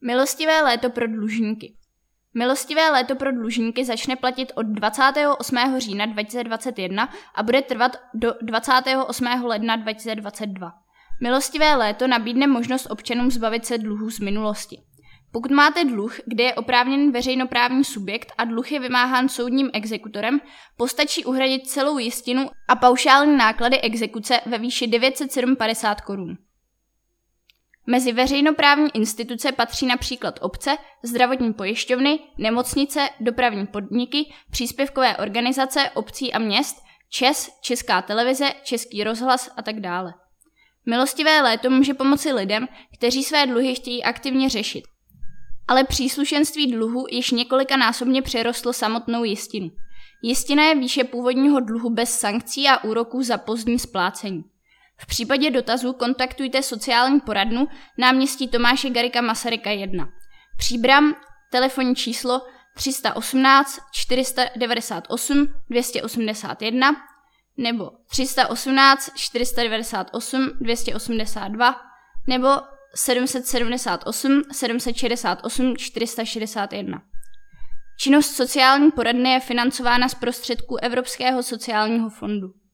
Milostivé léto pro dlužníky. Milostivé léto pro dlužníky začne platit od 28. října 2021 a bude trvat do 28. ledna 2022. Milostivé léto nabídne možnost občanům zbavit se dluhů z minulosti. Pokud máte dluh, kde je oprávněn veřejnoprávní subjekt a dluh je vymáhán soudním exekutorem, postačí uhradit celou jistinu a paušální náklady exekuce ve výši 907,50 korun. Mezi veřejnoprávní instituce patří například obce, zdravotní pojišťovny, nemocnice, dopravní podniky, příspěvkové organizace obcí a měst, ČEZ, Česká televize, Český rozhlas a tak dále. Milostivé léto může pomoci lidem, kteří své dluhy chtějí aktivně řešit. Ale příslušenství dluhu již několikanásobně přerostlo samotnou jistinu. Jistina je výše původního dluhu bez sankcí a úroků za pozdní splácení. V případě dotazů kontaktujte sociální poradnu náměstí Tomáše Garrigua Masaryka 1. Příbram, telefonní číslo 318 498 281 nebo 318 498 282 nebo 778 768 461. Činnost sociální poradny je financována z prostředků Evropského sociálního fondu.